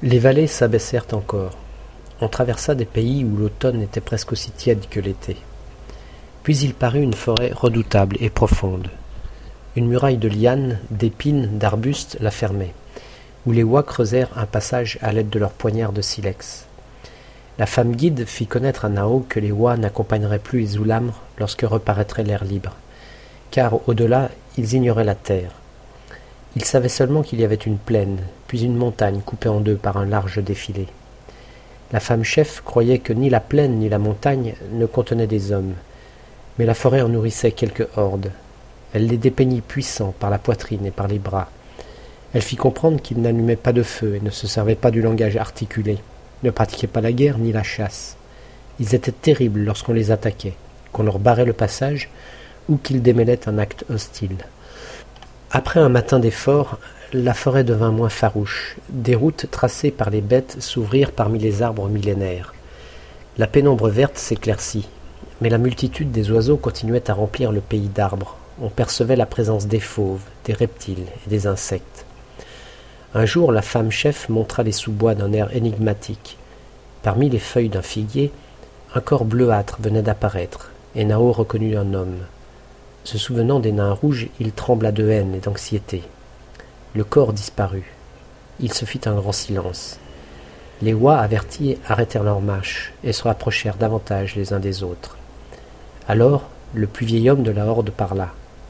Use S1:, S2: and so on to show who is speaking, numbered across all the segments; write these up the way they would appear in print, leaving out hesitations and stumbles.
S1: Les vallées s'abaissèrent encore. On traversa des pays où l'automne était presque aussi tiède que l'été. Puis il parut une forêt redoutable et profonde. Une muraille de lianes, d'épines, d'arbustes la fermait, où les oies creusèrent un passage à l'aide de leurs poignards de silex. La femme guide fit connaître à Nao que les oies n'accompagneraient plus les oulamres lorsque reparaîtrait l'air libre, car au-delà, ils ignoraient la terre. Ils savaient seulement qu'il y avait une plaine, puis une montagne coupée en deux par un large défilé. La femme chef croyait que ni la plaine ni la montagne ne contenaient des hommes, mais la forêt en nourrissait quelques hordes. Elle les dépeignit puissants par la poitrine et par les bras. Elle fit comprendre qu'ils n'allumaient pas de feu et ne se servaient pas du langage articulé, ne pratiquaient pas la guerre ni la chasse. Ils étaient terribles lorsqu'on les attaquait, qu'on leur barrait le passage ou qu'ils démêlaient un acte hostile. Après un matin d'effort, la forêt devint moins farouche. Des routes tracées par les bêtes s'ouvrirent parmi les arbres millénaires. La pénombre verte s'éclaircit, mais la multitude des oiseaux continuait à remplir le pays d'arbres. On percevait la présence des fauves, des reptiles et des insectes. Un jour, la femme chef montra les sous-bois d'un air énigmatique. Parmi les feuilles d'un figuier, un corps bleuâtre venait d'apparaître, et Nao reconnut un homme. Se souvenant des nains rouges, il trembla de haine et d'anxiété. Le corps disparut. Il se fit un grand silence. Les oies avertis arrêtèrent leur marche et se rapprochèrent davantage les uns des autres. Alors, le plus vieil homme de la horde parla.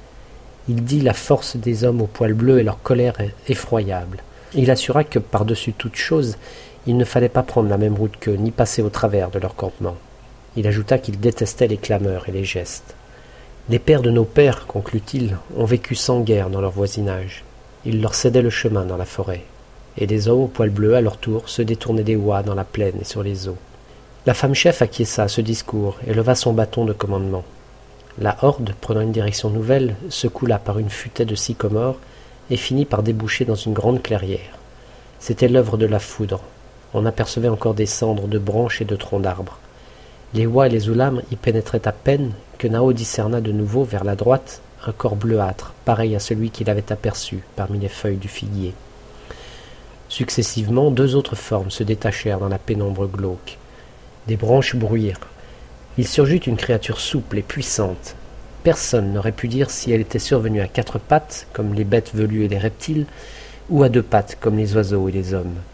S1: Il dit la force des hommes aux poils bleus et leur colère effroyable. Il assura que, par-dessus toute chose, il ne fallait pas prendre la même route qu'eux, ni passer au travers de leur campement. Il ajouta qu'il détestait les clameurs et les gestes. Les pères de nos pères, conclut-il, ont vécu sans guerre dans leur voisinage. Ils leur cédaient le chemin dans la forêt, et les hommes aux poils bleus, à leur tour, se détournaient des oies dans la plaine et sur les eaux. La femme chef acquiesça à ce discours et leva son bâton de commandement. La horde, prenant une direction nouvelle, se coula par une futaie de sycomores et finit par déboucher dans une grande clairière. C'était l'œuvre de la foudre. On apercevait encore des cendres de branches et de troncs d'arbres. Les oies et les oulamres y pénétraient à peine que Nao discerna de nouveau vers la droite un corps bleuâtre, pareil à celui qu'il avait aperçu parmi les feuilles du figuier. Successivement, deux autres formes se détachèrent dans la pénombre glauque. Des branches bruirent. Il surgit une créature souple et puissante. Personne n'aurait pu dire si elle était survenue à quatre pattes, comme les bêtes velues et les reptiles, ou à deux pattes, comme les oiseaux et les hommes.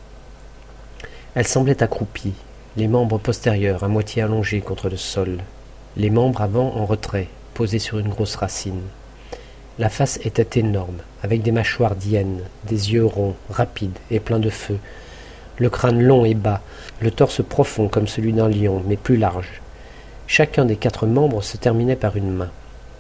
S1: Elle semblait accroupie, les membres postérieurs à moitié allongés contre le sol, les membres avant en retrait, posés sur une grosse racine. La face était énorme, avec des mâchoires d'hyène, des yeux ronds, rapides et pleins de feu, le crâne long et bas, le torse profond comme celui d'un lion, mais plus large. Chacun des quatre membres se terminait par une main.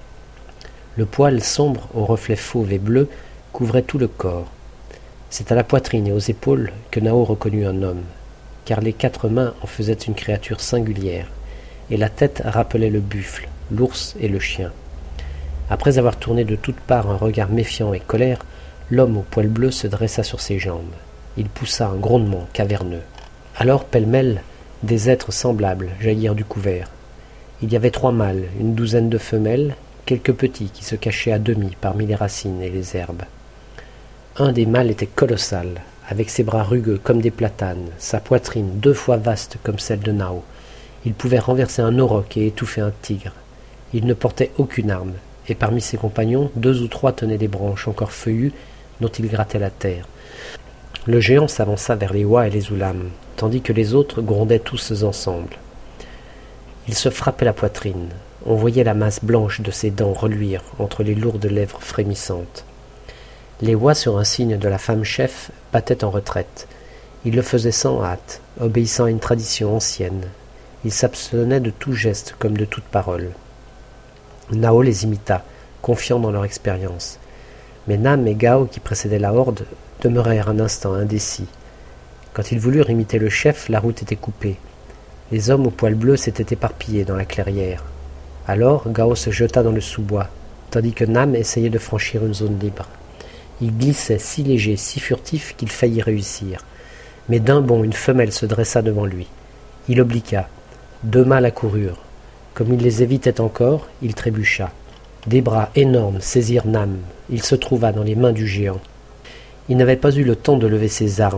S1: Le poil sombre aux reflets fauves et bleus couvrait tout le corps. C'est à la poitrine et aux épaules que Nao reconnut un homme, car les quatre mains en faisaient une créature singulière, et la tête rappelait le buffle, l'ours et le chien. Après avoir tourné de toutes parts un regard méfiant et colère, l'homme au poil bleu se dressa sur ses jambes. Il poussa un grondement caverneux. Alors, pêle-mêle, des êtres semblables jaillirent du couvert. Il y avait 3 mâles, une douzaine de femelles, quelques petits qui se cachaient à demi parmi les racines et les herbes. Un des mâles était colossal, avec ses bras rugueux comme des platanes, sa poitrine 2 fois vaste comme celle de Nao. Il pouvait renverser un auroch et étouffer un tigre. Il ne portait aucune arme, et parmi ses compagnons, 2 ou 3 tenaient des branches encore feuillues dont il grattait la terre. Le géant s'avança vers les oies et les oulamres, tandis que les autres grondaient tous ensemble. Il se frappait la poitrine. On voyait la masse blanche de ses dents reluire entre les lourdes lèvres frémissantes. Les oies, sur un signe de la femme chef, battaient en retraite. Ils le faisaient sans hâte, obéissant à une tradition ancienne. Ils s'abstenaient de tout geste comme de toute parole. Nao les imita, confiant dans leur expérience. Mais Nam et Gao, qui précédaient la horde, demeurèrent un instant indécis. Quand ils voulurent imiter le chef, la route était coupée. Les hommes aux poils bleus s'étaient éparpillés dans la clairière. Alors Gao se jeta dans le sous-bois, tandis que Nam essayait de franchir une zone libre. Il glissait si léger, si furtif qu'il faillit réussir. Mais d'un bond, une femelle se dressa devant lui. Il obliqua. 2 mâles accoururent. Comme il les évitait encore, il trébucha. Des bras énormes saisirent Nam. Il se trouva dans les mains du géant. Il n'avait pas eu le temps de lever ses armes.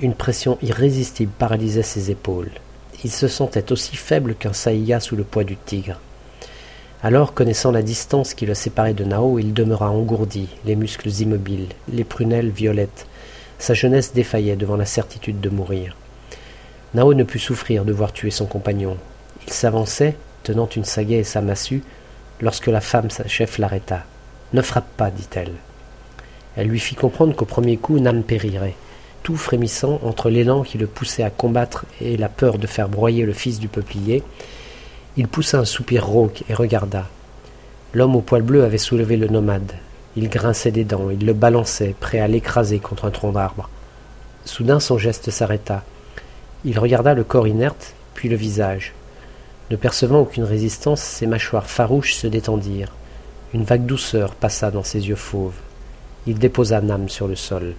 S1: Une pression irrésistible paralysait ses épaules. Il se sentait aussi faible qu'un saïga sous le poids du tigre. Alors, connaissant la distance qui le séparait de Nao, il demeura engourdi, les muscles immobiles, les prunelles violettes. Sa jeunesse défaillait devant la certitude de mourir. Nao ne put souffrir de voir tuer son compagnon. Il s'avançait, tenant une sagaie et sa massue, lorsque la femme, sa chef, l'arrêta. « Ne frappe pas, dit-elle. » Elle lui fit comprendre qu'au premier coup, Nam périrait. Tout frémissant entre l'élan qui le poussait à combattre et la peur de faire broyer le fils du peuplier, il poussa un soupir rauque et regarda. L'homme au poil bleu avait soulevé le nomade. Il grinçait des dents, il le balançait, prêt à l'écraser contre un tronc d'arbre. Soudain son geste s'arrêta. Il regarda le corps inerte, puis le visage. Ne percevant aucune résistance, ses mâchoires farouches se détendirent. Une vague douceur passa dans ses yeux fauves. Il déposa Nam sur le sol.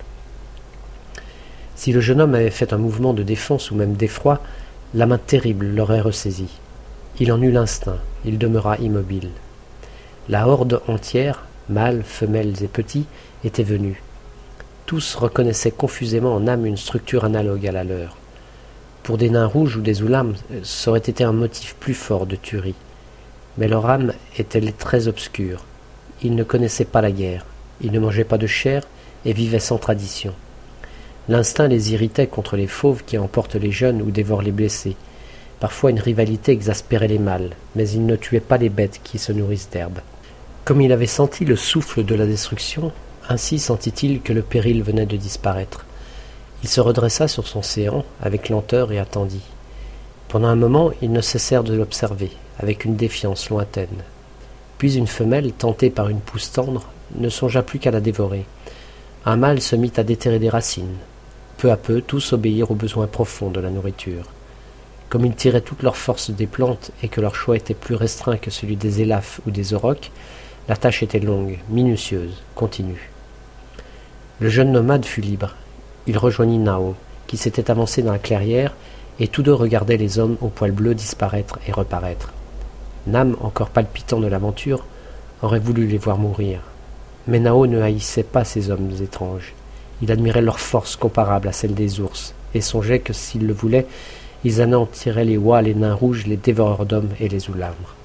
S1: Si le jeune homme avait fait un mouvement de défense ou même d'effroi, la main terrible l'aurait ressaisi. Il en eut l'instinct, il demeura immobile. La horde entière, mâles, femelles et petits, était venue. Tous reconnaissaient confusément en Nam une structure analogue à la leur. Pour des nains rouges ou des oulams, ça aurait été un motif plus fort de tuerie. Mais leur âme était très obscure. Ils ne connaissaient pas la guerre, ils ne mangeaient pas de chair et vivaient sans tradition. L'instinct les irritait contre les fauves qui emportent les jeunes ou dévorent les blessés. Parfois une rivalité exaspérait les mâles, mais ils ne tuaient pas les bêtes qui se nourrissent d'herbe. Comme il avait senti le souffle de la destruction, ainsi sentit-il que le péril venait de disparaître. Il se redressa sur son séant avec lenteur et attendit. Pendant un moment, ils ne cessèrent de l'observer, avec une défiance lointaine. Puis une femelle, tentée par une pousse tendre, ne songea plus qu'à la dévorer. Un mâle se mit à déterrer des racines. Peu à peu, tous obéirent aux besoins profonds de la nourriture. Comme ils tiraient toute leur force des plantes et que leur choix était plus restreint que celui des élaphes ou des aurochs, la tâche était longue, minutieuse, continue. Le jeune nomade fut libre. Il rejoignit Nao, qui s'était avancé dans la clairière, et tous deux regardaient les hommes au poil bleu disparaître et reparaître. Nam, encore palpitant de l'aventure, aurait voulu les voir mourir. Mais Nao ne haïssait pas ces hommes étranges. Il admirait leur force comparable à celle des ours, et songeait que s'ils le voulaient, ils anéantiraient les oies, les nains rouges, les dévoreurs d'hommes et les oulams.